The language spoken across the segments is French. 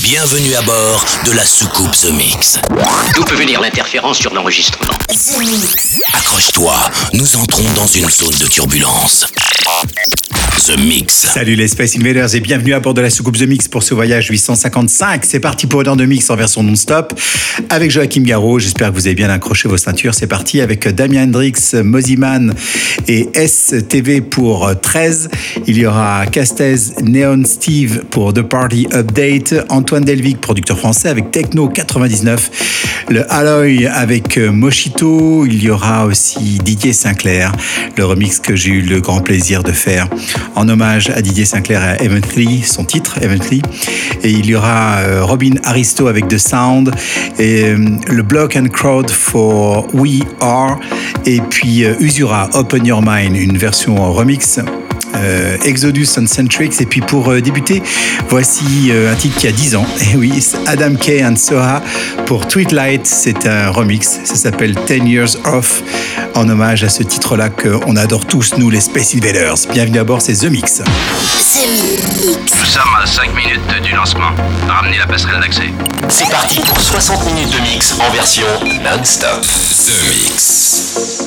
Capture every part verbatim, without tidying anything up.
Bienvenue à bord de la soucoupe The Mix. D'où peut venir l'interférence sur l'enregistrement? The Mix. Accroche-toi, nous entrons dans une zone de turbulence. The Mix. Salut les Space Invaders et bienvenue à bord de la soucoupe The Mix pour ce voyage huit cent cinquante-cinq. C'est parti pour une heure de mix en version non-stop avec Joachim Garraud. J'espère que vous avez bien accroché vos ceintures. C'est parti avec Damien Hendrix, Mosiman et S T V pour treize. Il y aura Castez, Neon Steve pour The Party Update, Antoine Delvig, producteur français avec Techno quatre-vingt-dix-neuf, le Alloy avec Moshito. Il y aura aussi Didier Sinclair, le remix que j'ai eu le grand plaisir de faire en hommage à Didier Sinclair et à Eventually, son titre Eventually. Et il y aura euh, Robin Aristo avec The Sound et euh, le Block and Crowd for We Are et puis euh, Usura Open Your Mind, une version remix. Euh, Exodus and Centrix. Et puis pour euh, débuter, voici euh, un titre qui a dix ans. Et oui, c'est Adam Kay and Soha pour Twilight. C'est un remix. Ça s'appelle ten years Off, en hommage à ce titre-là qu'on adore tous, nous les Space Invaders. Bienvenue à bord, c'est The Mix. The Mix. Nous sommes à cinq minutes du lancement. Ramenez la passerelle d'accès. C'est parti pour soixante minutes de mix en version non-stop. The Mix.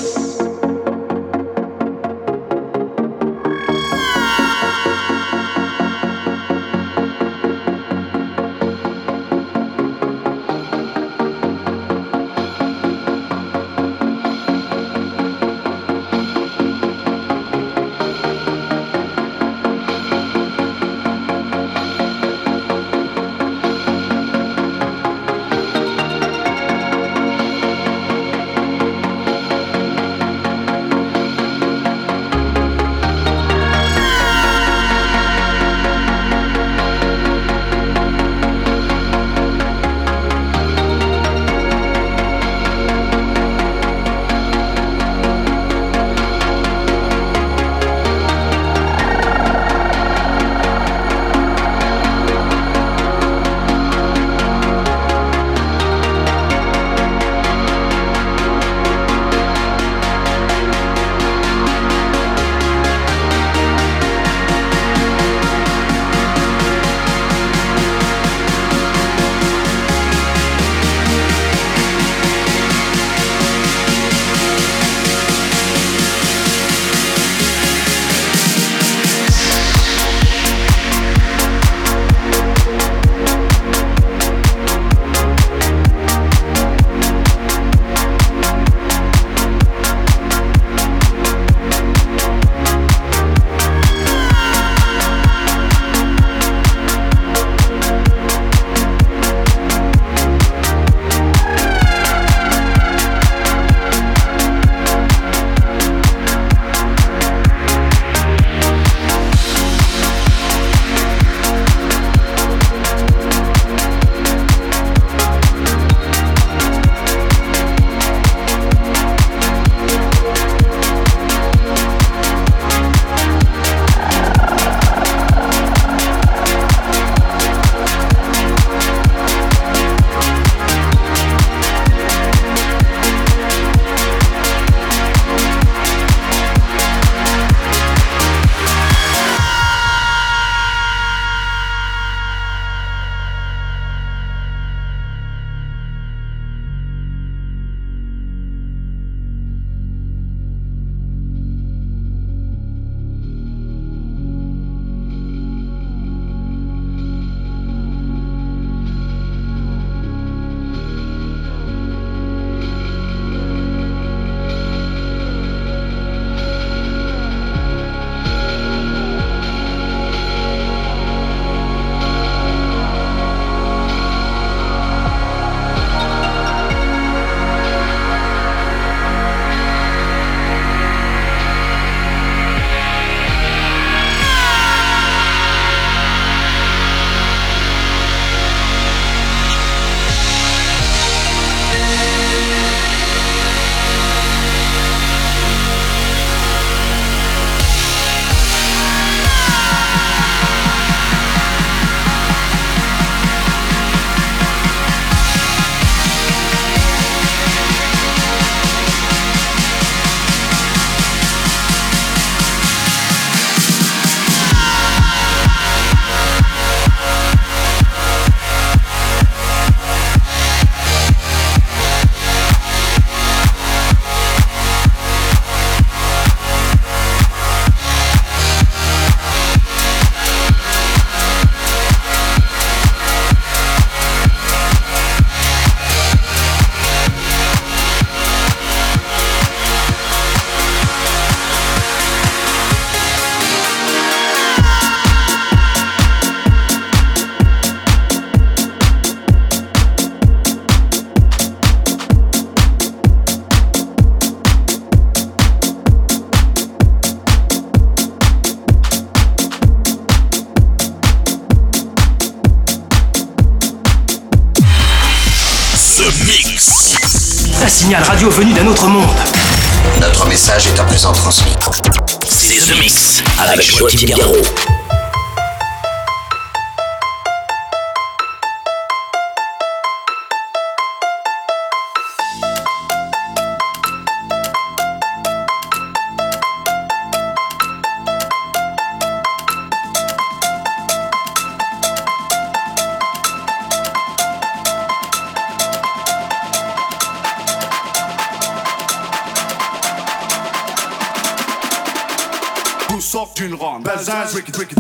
The Mix. Un signal radio venu d'un autre monde. Notre message est à présent transmis. C'est The Mix avec Joachim Garraud. Sauf d'une ronde, bazin, wicked, wicked.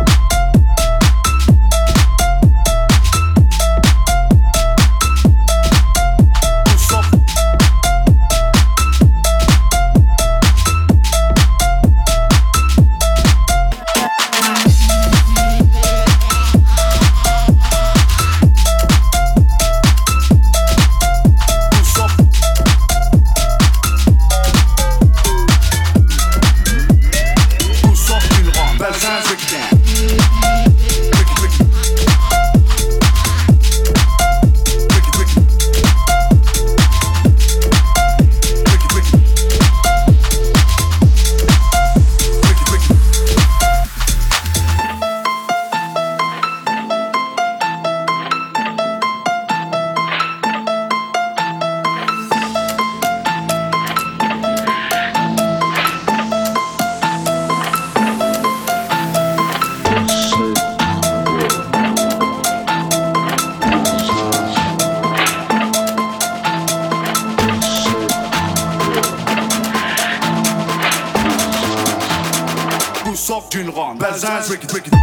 Sauf d'une ronde, bazin, wicked, wicked.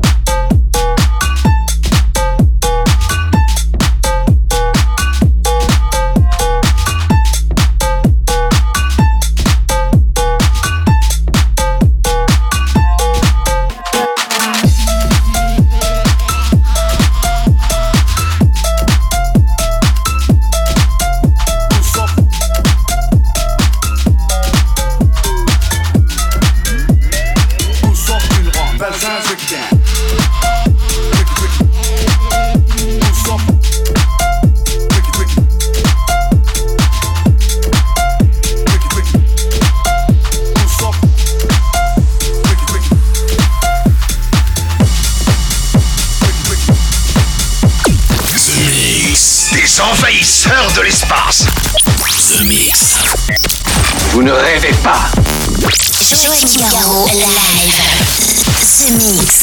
Envahisseurs de l'espace. The Mix. Vous ne rêvez pas. Joachim Garraud live. The Mix.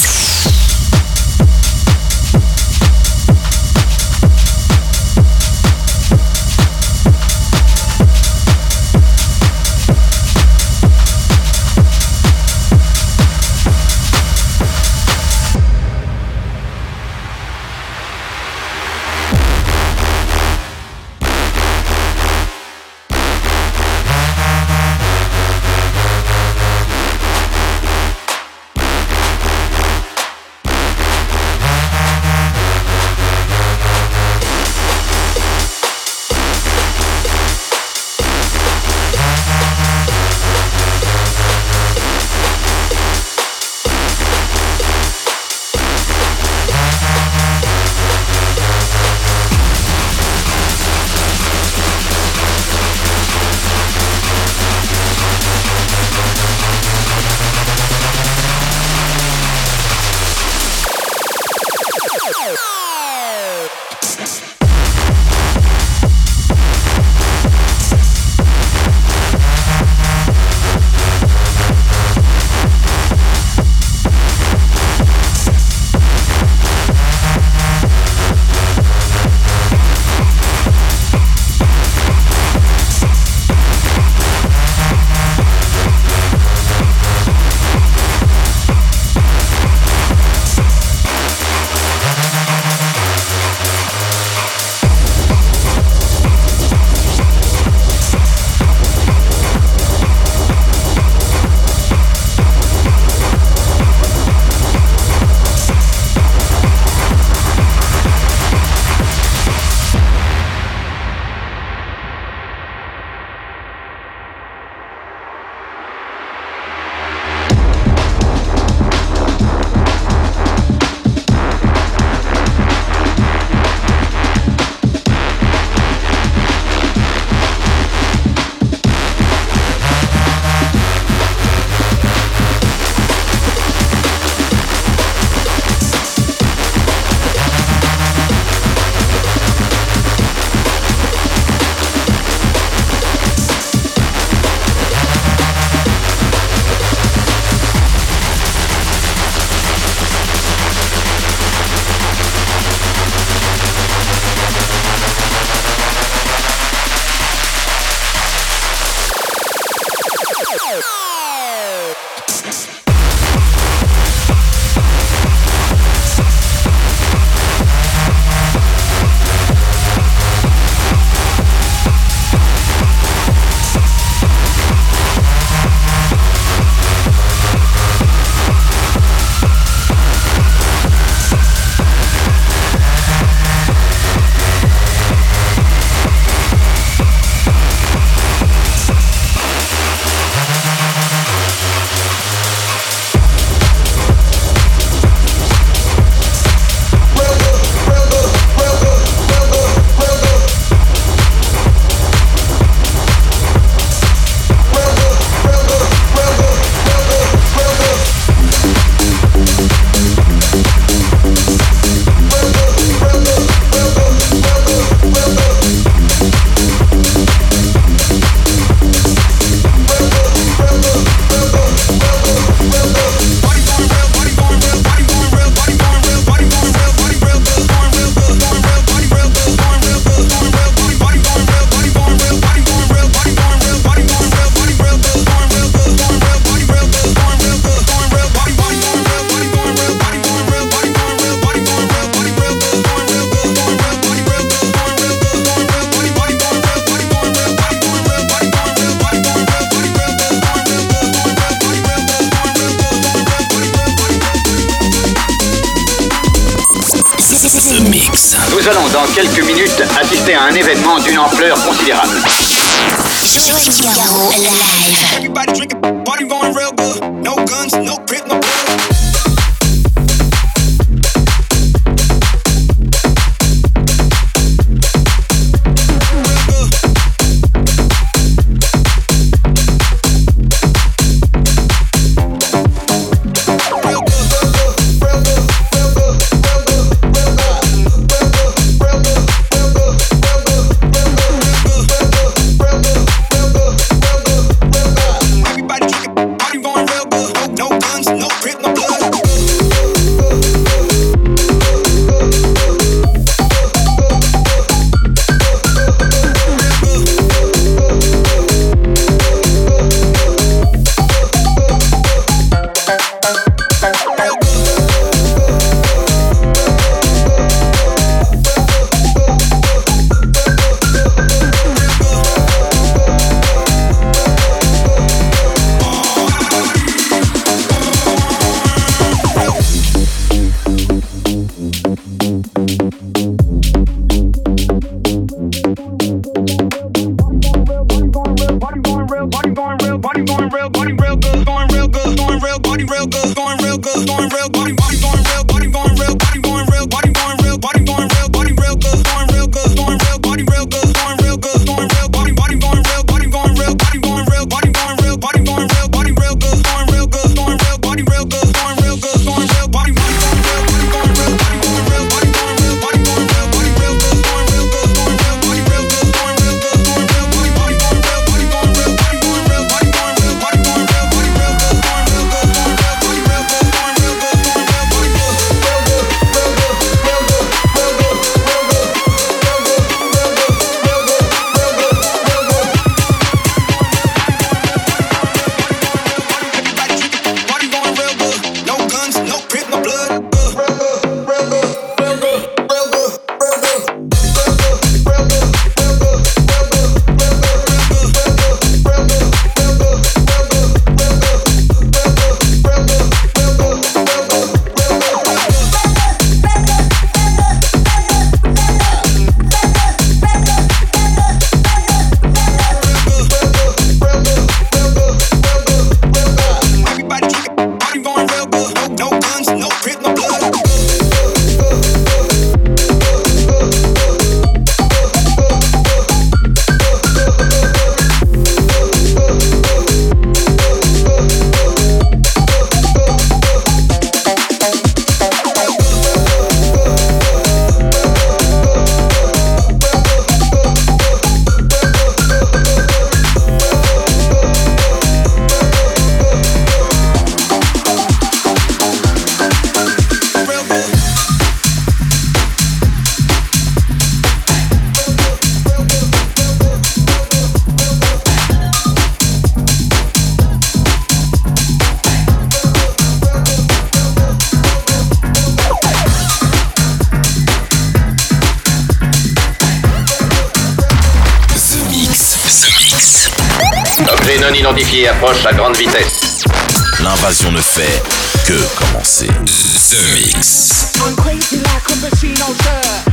The Mix. Nous allons dans quelques minutes assister à un événement d'une ampleur considérable. Joachim Garraud, live. Everybody drinking, party going real good. No guns, no crib, no blood. Non identifié approche à grande vitesse. L'invasion ne fait que commencer. The Mix. I'm crazy like a machine, oh sure.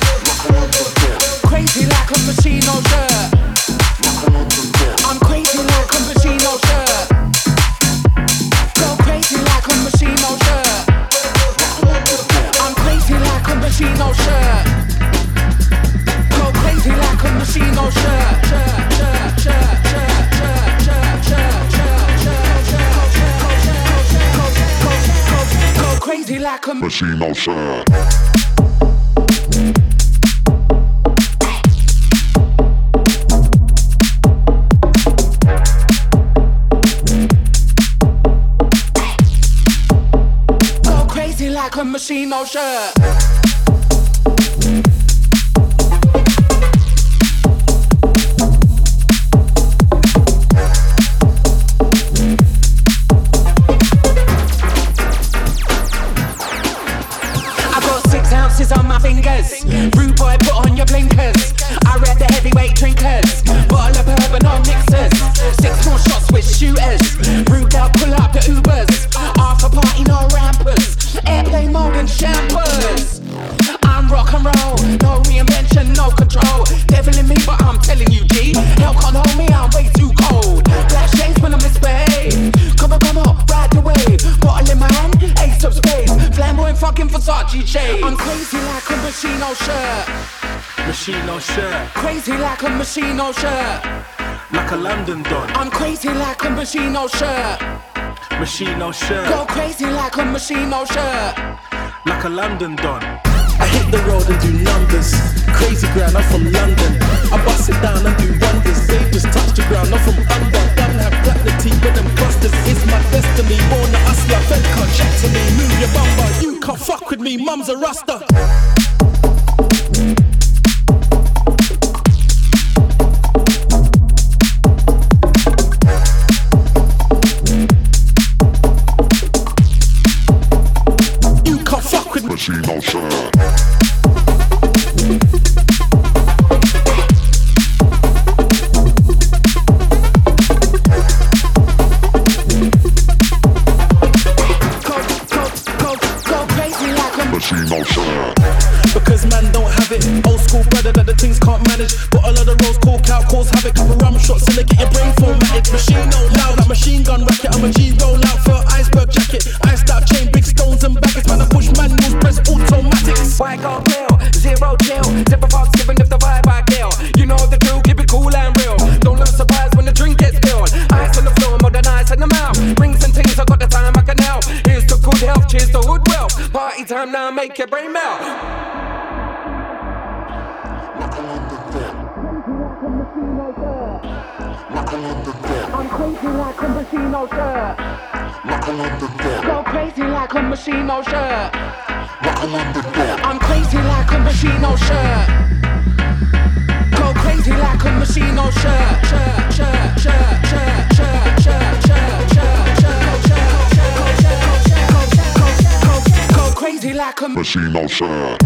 Crazy like a machine, oh sure. I'm crazy like a machine, oh sure. Go crazy like a machine, oh sure. I'm crazy like a machine, oh sure. Go crazy like a machine, oh sure. Sure, sure, sure, sure. Crazy like a machine, oh sure. Go crazy like a machine, oh sure. On my fingers, rude boy, put on your blinkers. I read the heavyweight drinkers, bottle of bourbon on mixers. Six more shots with shooters. Rude girl, pull up the Ubers. After party, no rampers. Airplane mode and shampers. I'm rock rock and roll, no reinvention, no control. Devil in me, but I'm telling you, G. Hell can't hold me, I'm way too cold. Black shades when I misbehave. Come on, come on, ride the wave. Bottle in my hand, ace of spades. Flamboyant fucking Versace shade. I'm crazy like a Machino shirt. Machino shirt. Crazy like a Machino shirt. Like a London Don. I'm crazy like a Machino shirt. Machino shirt. Go crazy like a Machino shirt. Like a London Don. I hit the road and do numbers. Crazy ground, I'm from London. I bust it down and do wonders. They just touch the ground, I'm from under. Don't have platinum but them busters. It's my destiny. Born a hustler, Fed can't chat to me. Move your bumper, you can't fuck with me. Mum's a rasta. Machino shirt. Machino shirt. Because man don't have it. Old school brother that the things can't manage. But a lot of roads coke out, cause havoc. Couple rum shots and they get your brain formatted. Machino loud like machine gun racket. I'm a G roll out for an iceberg jacket. Iced out chain, big stones and baggage. Man I push manuals, press automatics. Why can't kill? Zero chill. Zipper fox giving if the vibe I kill. You know the drill, keep it cool and real. Don't look surprised when the drink gets spilled. Ice on the floor, more than ice in the mouth. Rings and things, I got the time I can help. Here's to good health, cheers to good wealth. Party time now, make your brain melt. I'm crazy like a Machino shirt. Go crazy like a Machino shirt. I'm crazy like a Machino shirt. Go crazy like a Machino shirt. Shirt, shirt, shirt, shirt, shirt, shirt, shirt, shirt, shirt. Go crazy like a Machino shirt.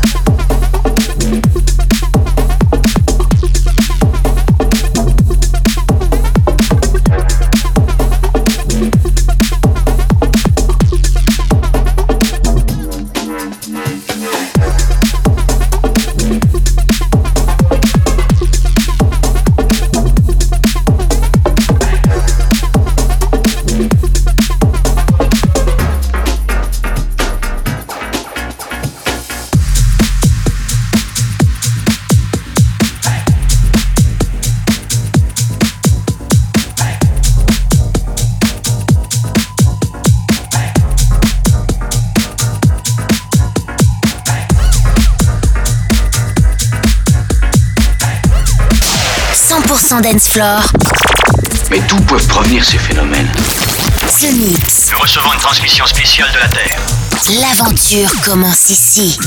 cent pour cent dance floor. Mais d'où peuvent provenir ces phénomènes? The Mix. Nous recevons une transmission spéciale de la Terre. L'aventure commence ici.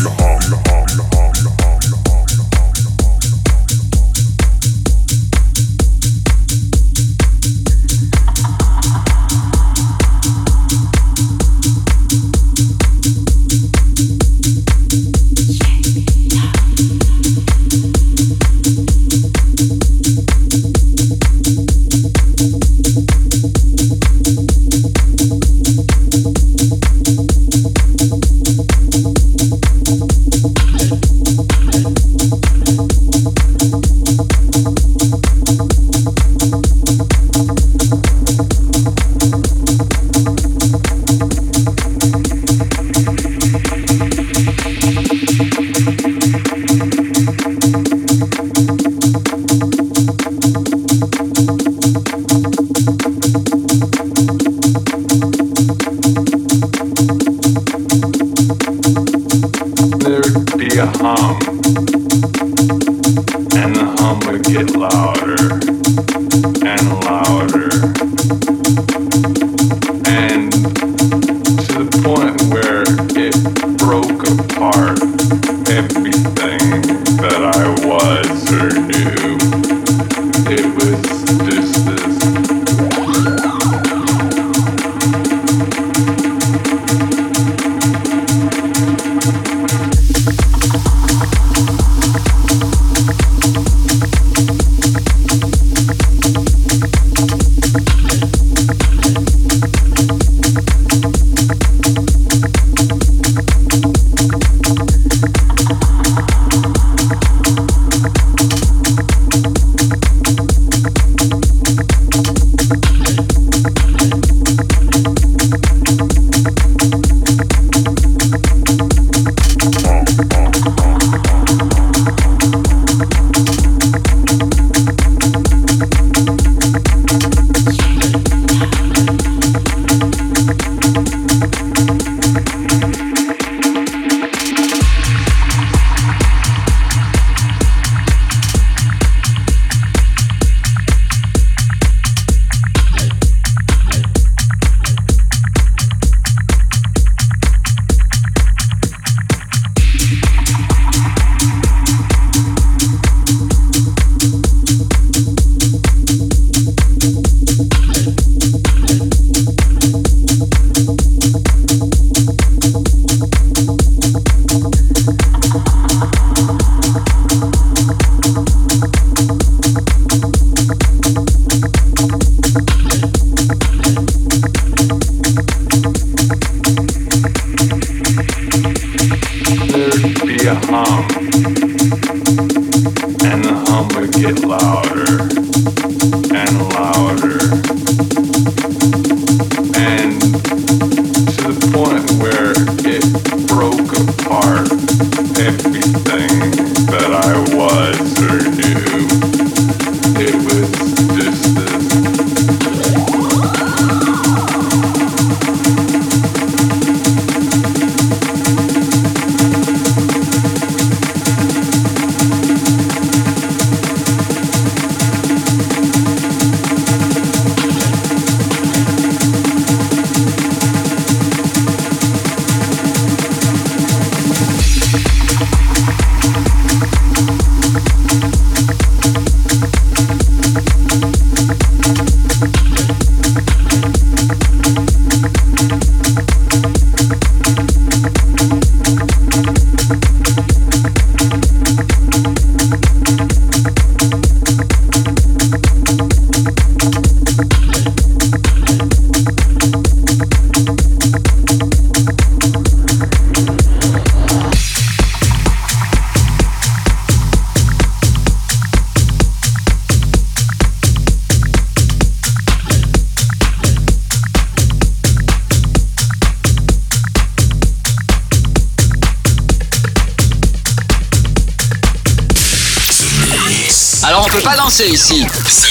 Alors on peut pas danser ici.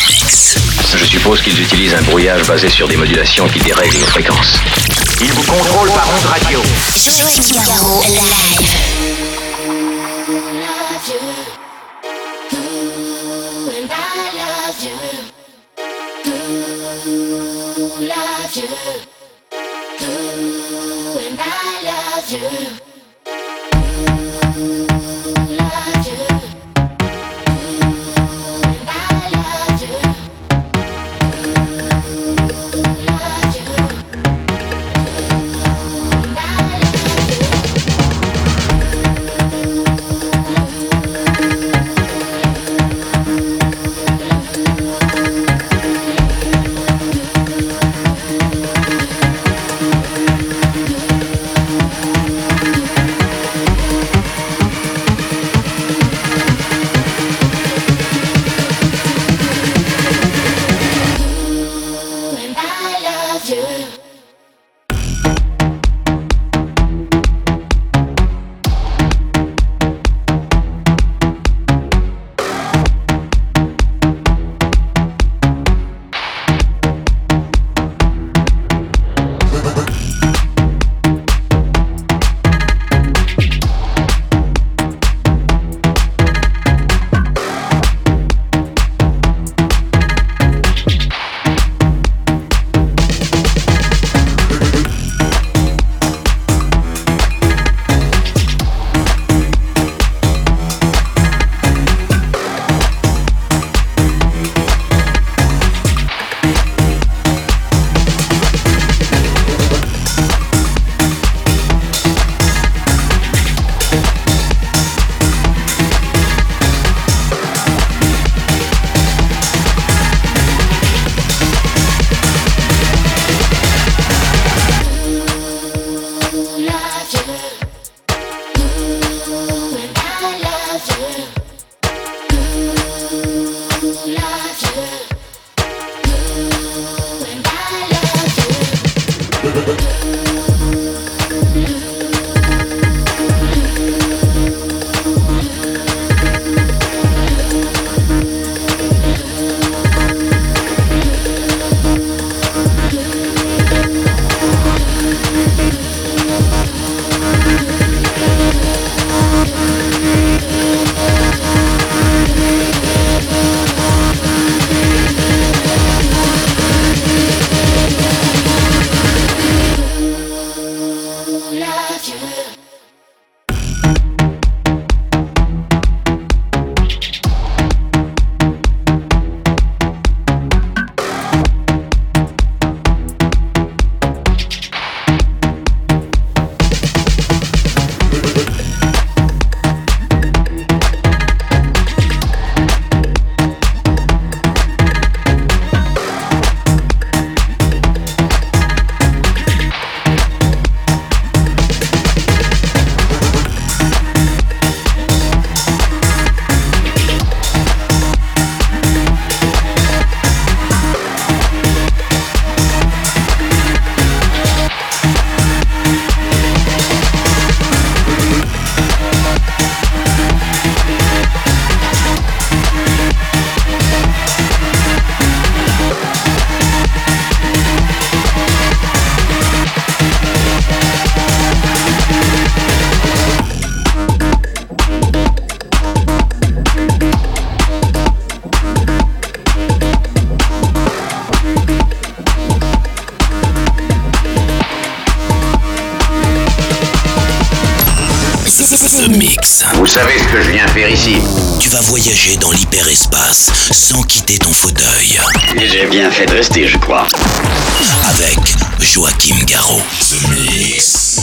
Je suppose qu'ils utilisent un brouillage basé sur des modulations qui dérèglent nos fréquences. Ils vous contrôlent par onde radio. Joachim Garraud, live. je viens faire ici? Tu vas voyager dans l'hyperespace sans quitter ton fauteuil. J'ai bien fait de rester, je crois. Avec Joachim Garraud. The Mix.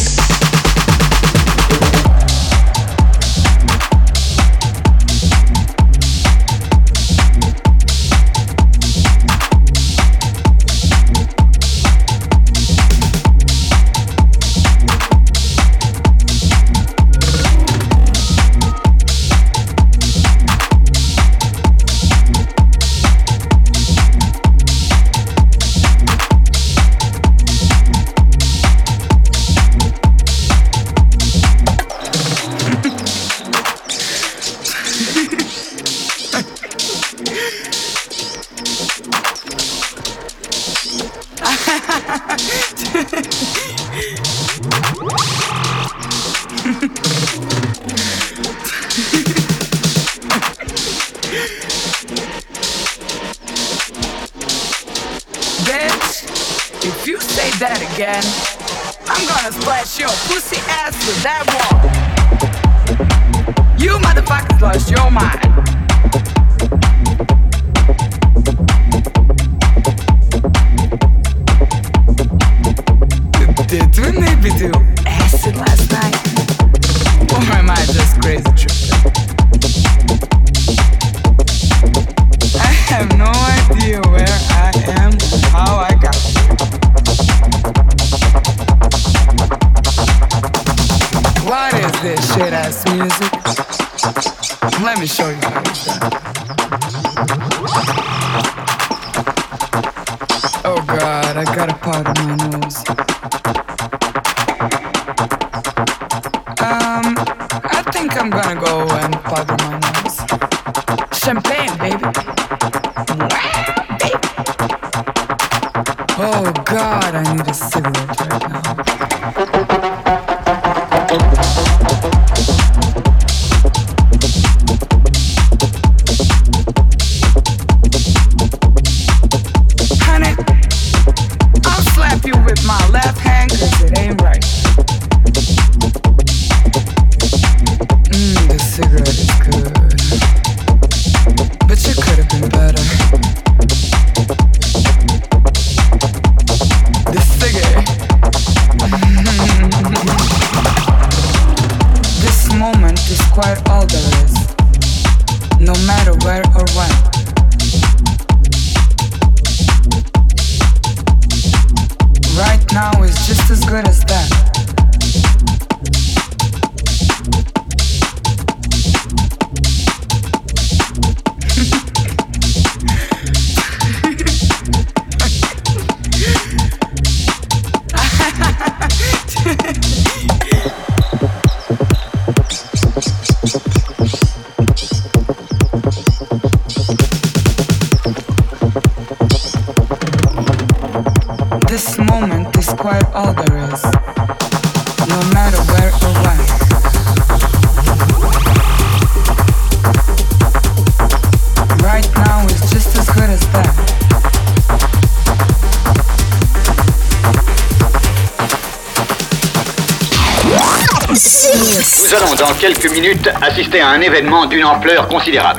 Nous allons dans quelques minutes assister à un événement d'une ampleur considérable.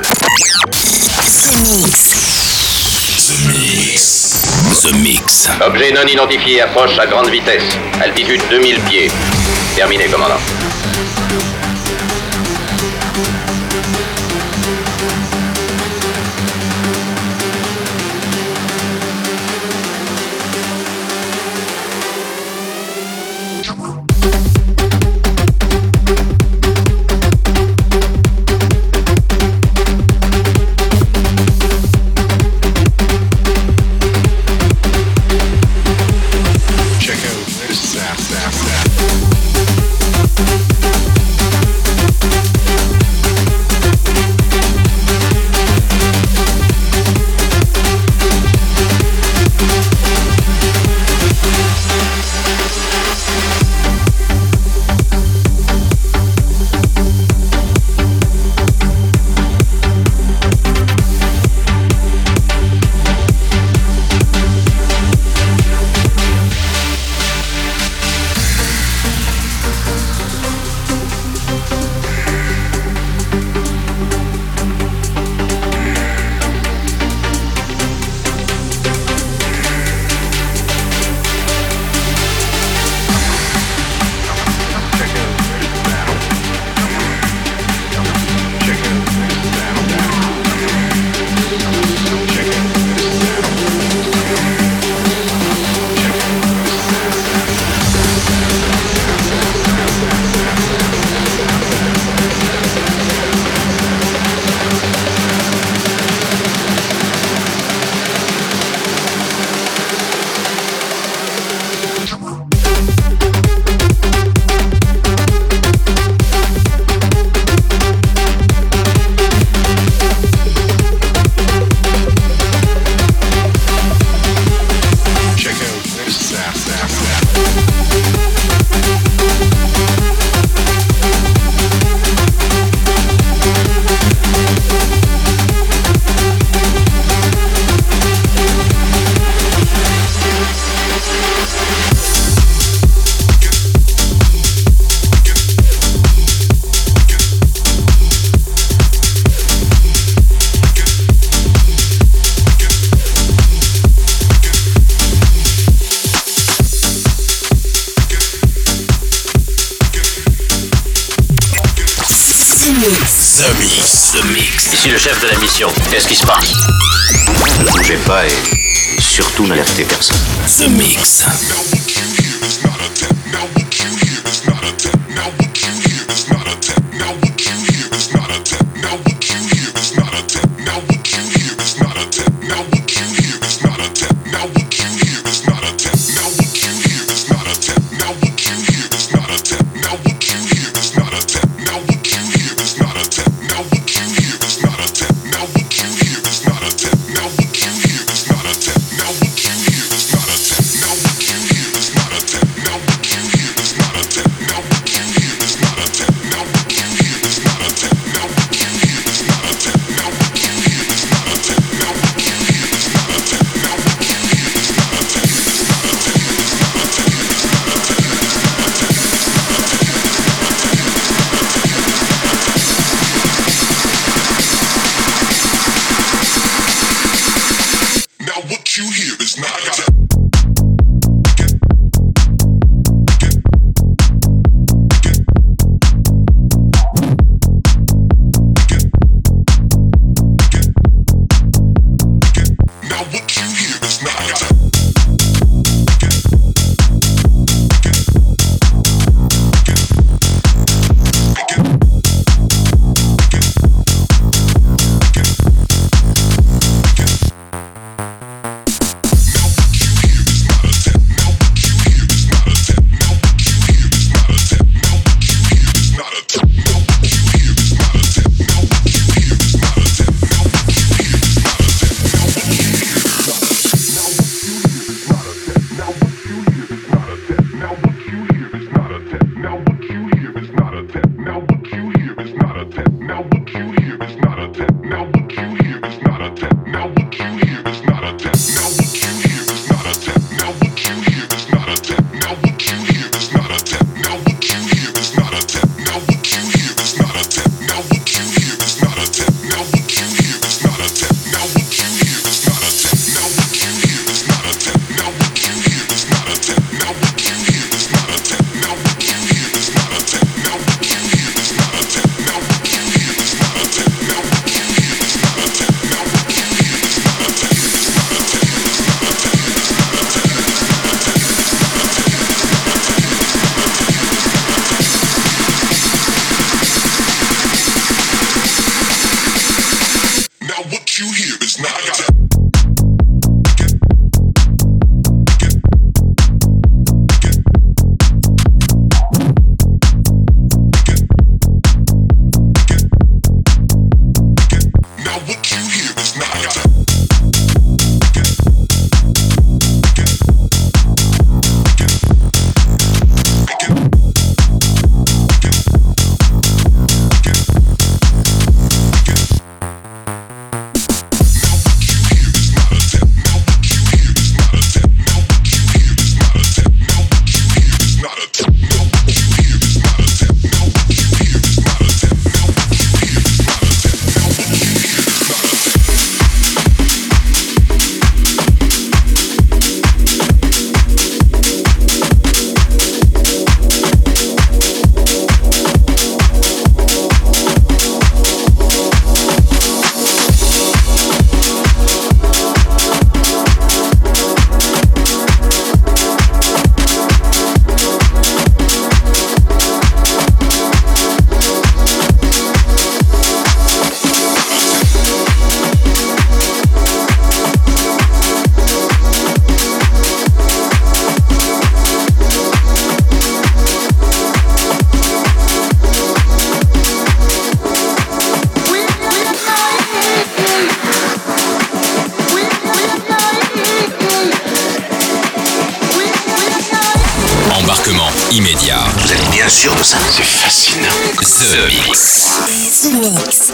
The Mix. The Mix. The Mix. Objet non identifié approche à grande vitesse. Altitude deux mille pieds. Terminé, commandant. Check out this. The Mix. The Mix. Ici le chef de la mission. Qu'est-ce qui se passe? Ne bougez pas et surtout n'alertez personne. The Mix. Immédiat. Vous êtes bien sûr de ça? C'est fascinant. The Mix. The Mix.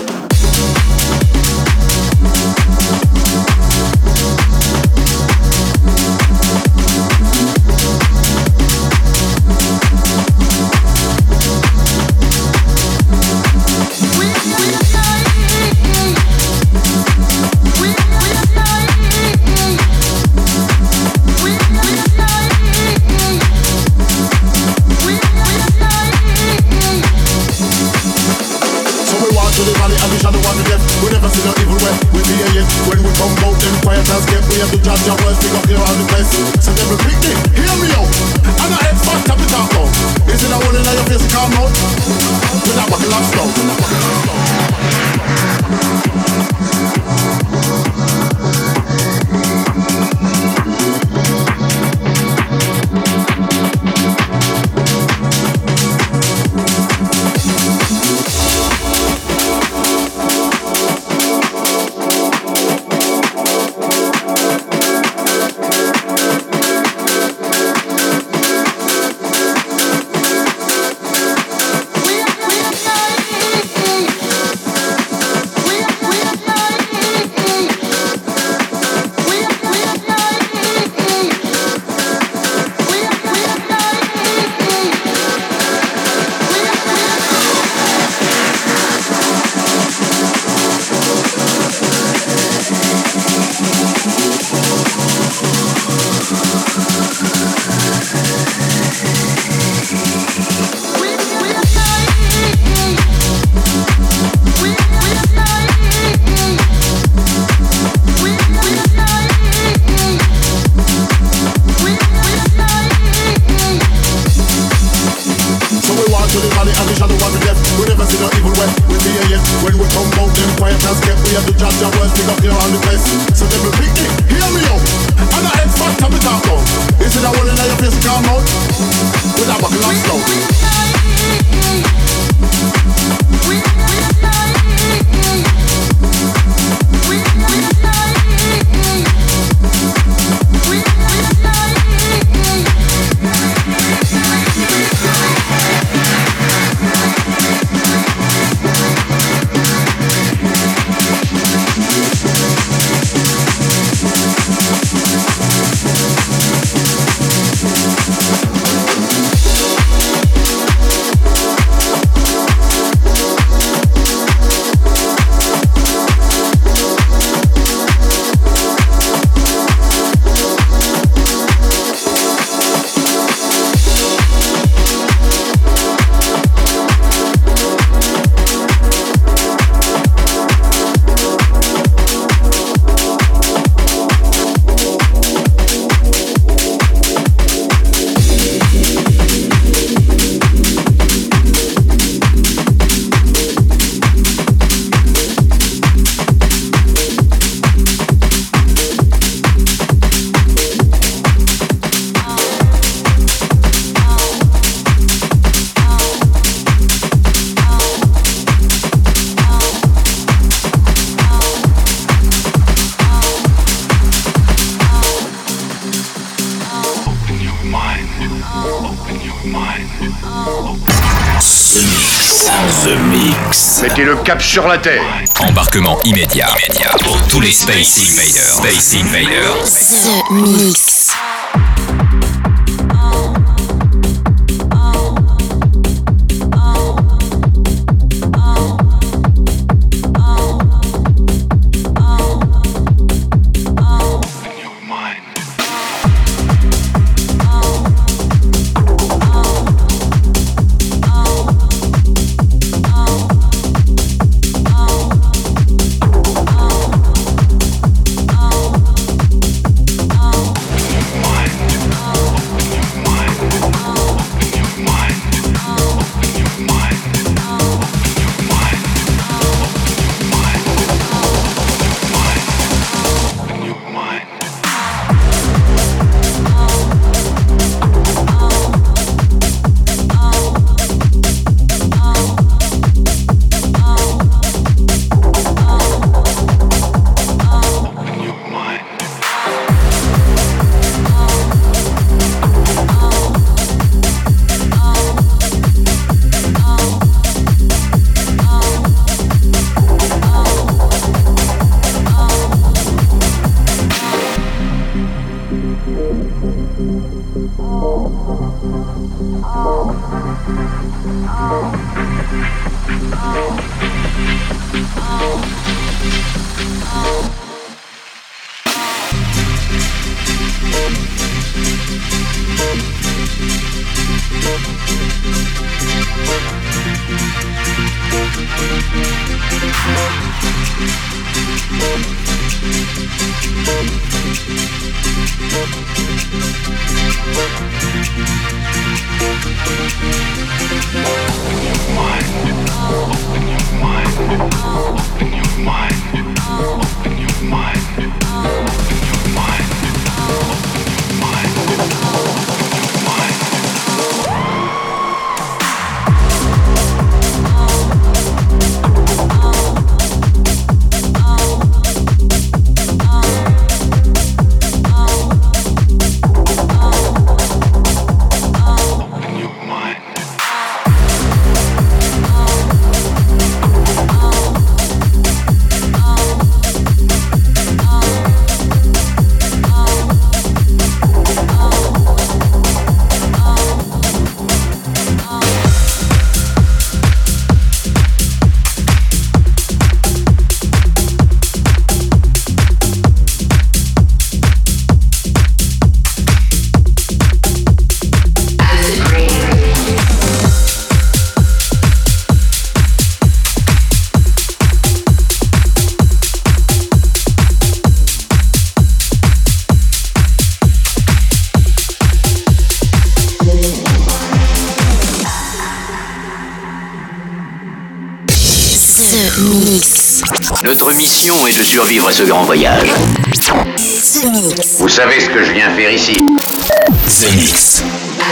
to the valley and we shadow on the death. We never see no evil way. We be a yes. When we come out, them quiet as kept. We have to judge our words, pick up here on the place. So them will pick me, hear me out. And the head spot tap it out. Is it a one in your face, calm out? With that buckle of slow. With that buckle of slow. Mettez le cap sur la terre. Embarquement immédiat, immédiat pour tous les Space Invaders. Space Invaders. The Mix. Notre mission est de survivre à ce grand voyage. The Mix. Vous savez ce que je viens faire ici? The Mix.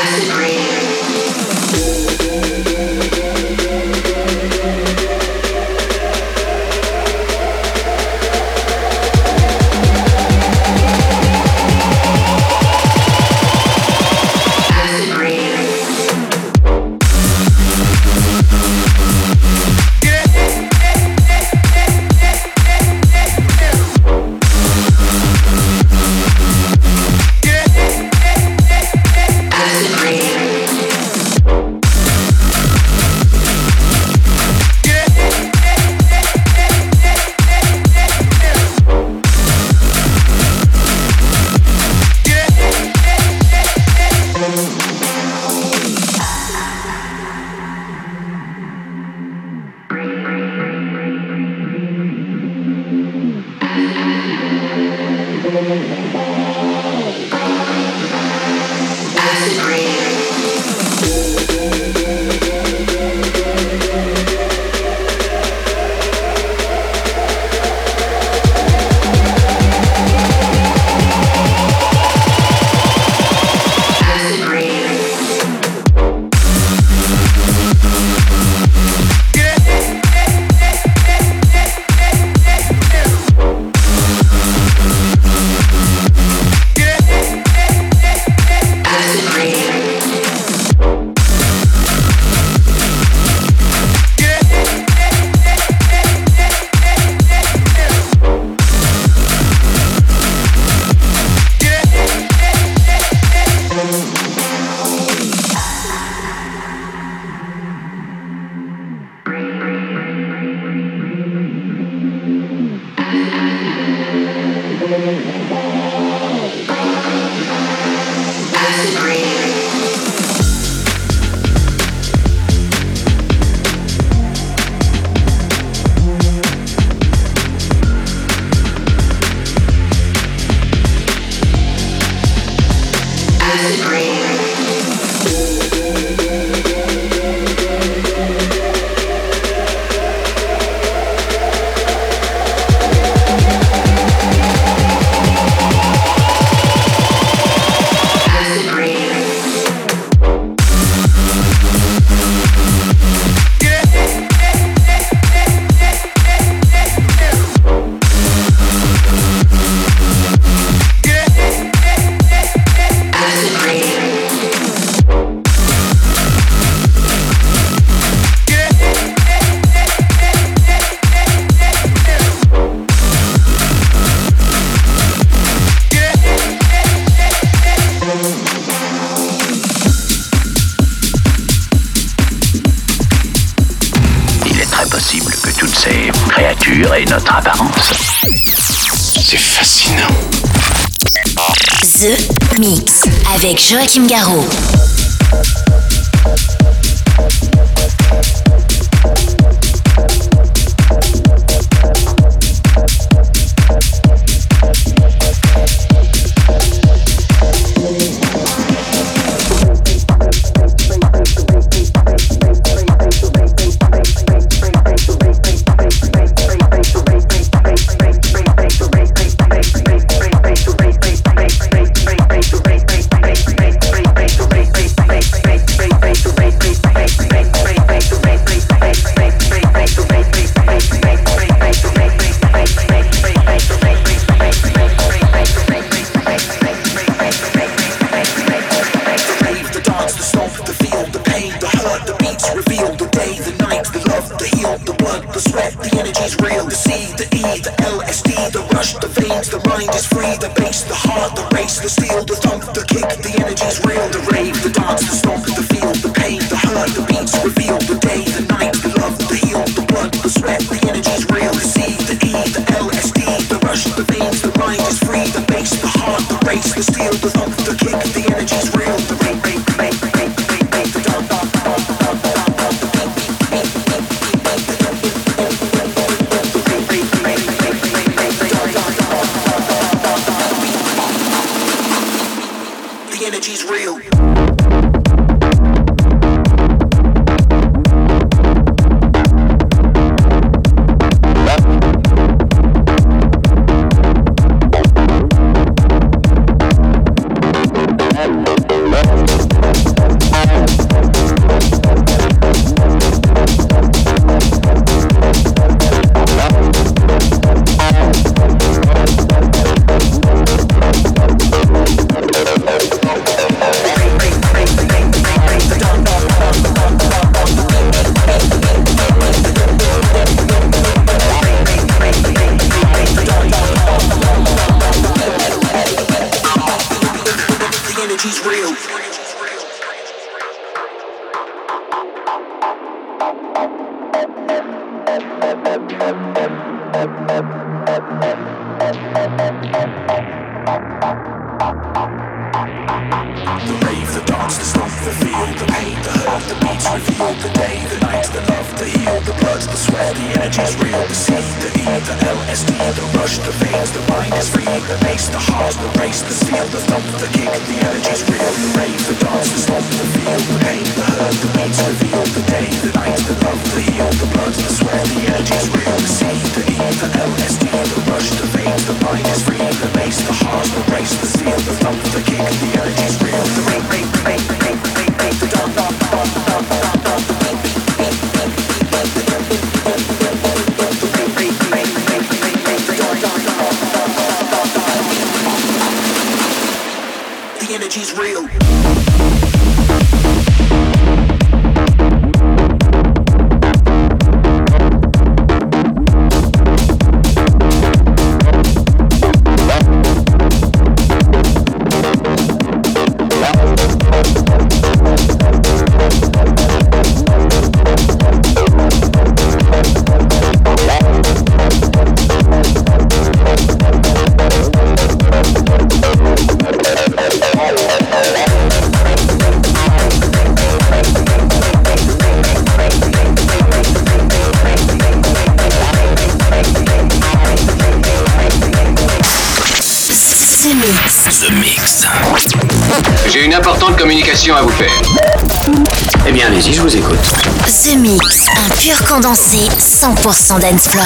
Et notre apparence. C'est fascinant. The Mix avec Joachim Garraud. energy's real. The C, the E, the L S D, the rush, the veins, the mind is free. The bass, the heart, the race, the steel, the thump, the kick. The energy's real. The rave, the dance, the stomp, the feel, the pain, the hurt, the beats reveal. The day, the night, the love, the heal, the blood, the sweat. The energy's real. The C, the E, the L S D, the rush, the veins, the mind is free. The bass, the heart, the race, the steel, the thump, the kick. The energy's real. The rave, rave, rave, rave, rave, rave, the dance, dance, dance, dance, dance, dance, the beat, beat, beat, beat, beat, beat, the dance, the rave, rave, rave, rave, rave, rave, rave, the dance, dance, dance, dance, dance, dance, the beat, the energy's real. J'ai une importante communication à vous faire. Eh bien, allez-y, je vous écoute. The Mix, un pur condensé cent pour cent dance floor.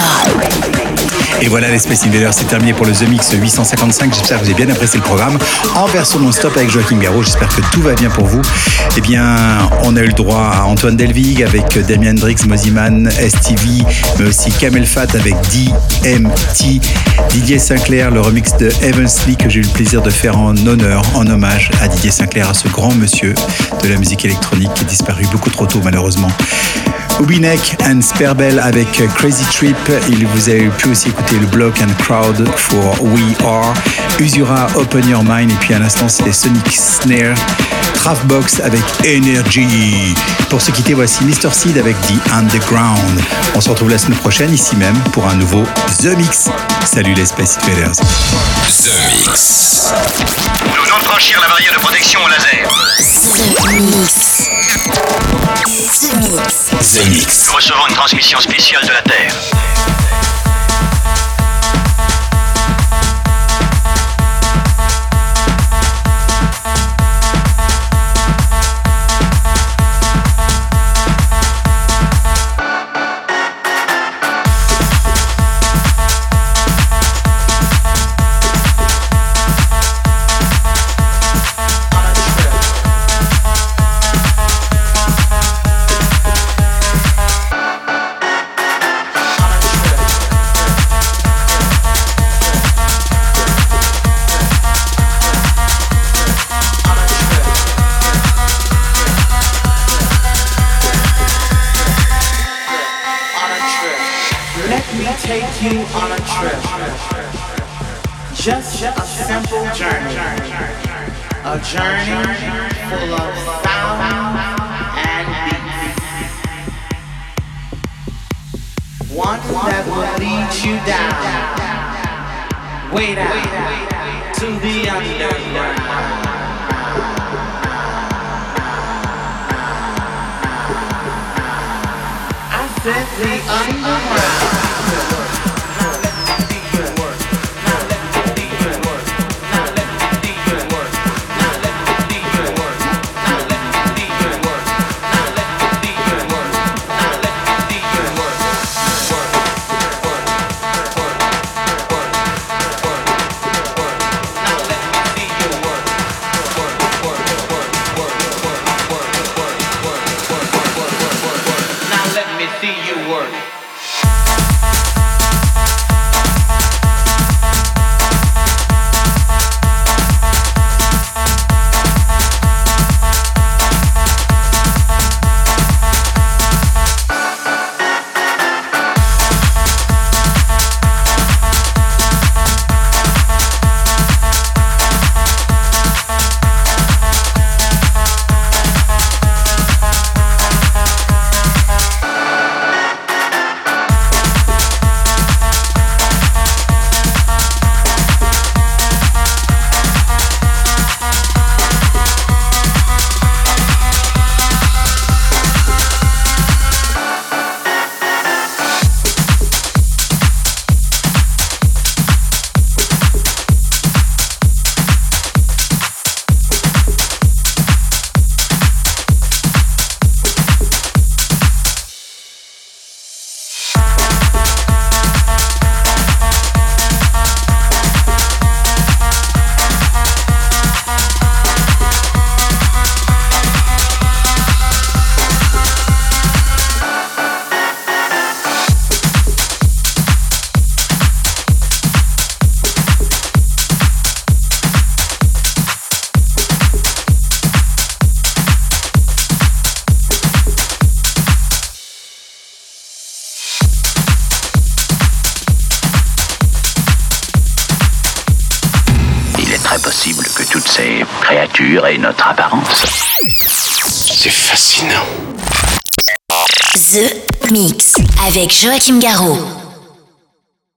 Et voilà, les Space Invaders, c'est terminé pour le The Mix huit cent cinquante-cinq. J'espère que vous avez bien apprécié le programme en version non-stop avec Joachim Garraud. J'espère que tout va bien pour vous. Eh bien, on a eu le droit à Antoine Delvig avec Damien Hendrix, Moziman, S T V, mais aussi Kamel Fat avec D M T, Didier Sinclair, le remix de Evansly que j'ai eu le plaisir de faire en honneur, en hommage à Didier Sinclair, à ce grand monsieur de la musique électronique qui est disparu beaucoup trop tôt malheureusement. Ubinek and Sperbel avec Crazy Trip. Il vous a pu aussi écouter le Block and Crowd for We Are, Usura Open Your Mind, et puis à l'instant c'était Sonic Snare, Trafbox avec Energy. Pour se quitter, voici mister Seed avec The Underground. On se retrouve la semaine prochaine ici même pour un nouveau The Mix. Salut les Space Invaders. The Mix. Nous venons de franchir la barrière de protection au laser. The Mix. The Mix. The Mix. Nous recevons une transmission spéciale de la Terre. me take you on a trip. Just a simple journey. A journey full of sound and beats. One that will lead you down, way down, to the underground. The underground. Que toutes ces créatures aient notre apparence. C'est fascinant. The Mix avec Joachim Garraud.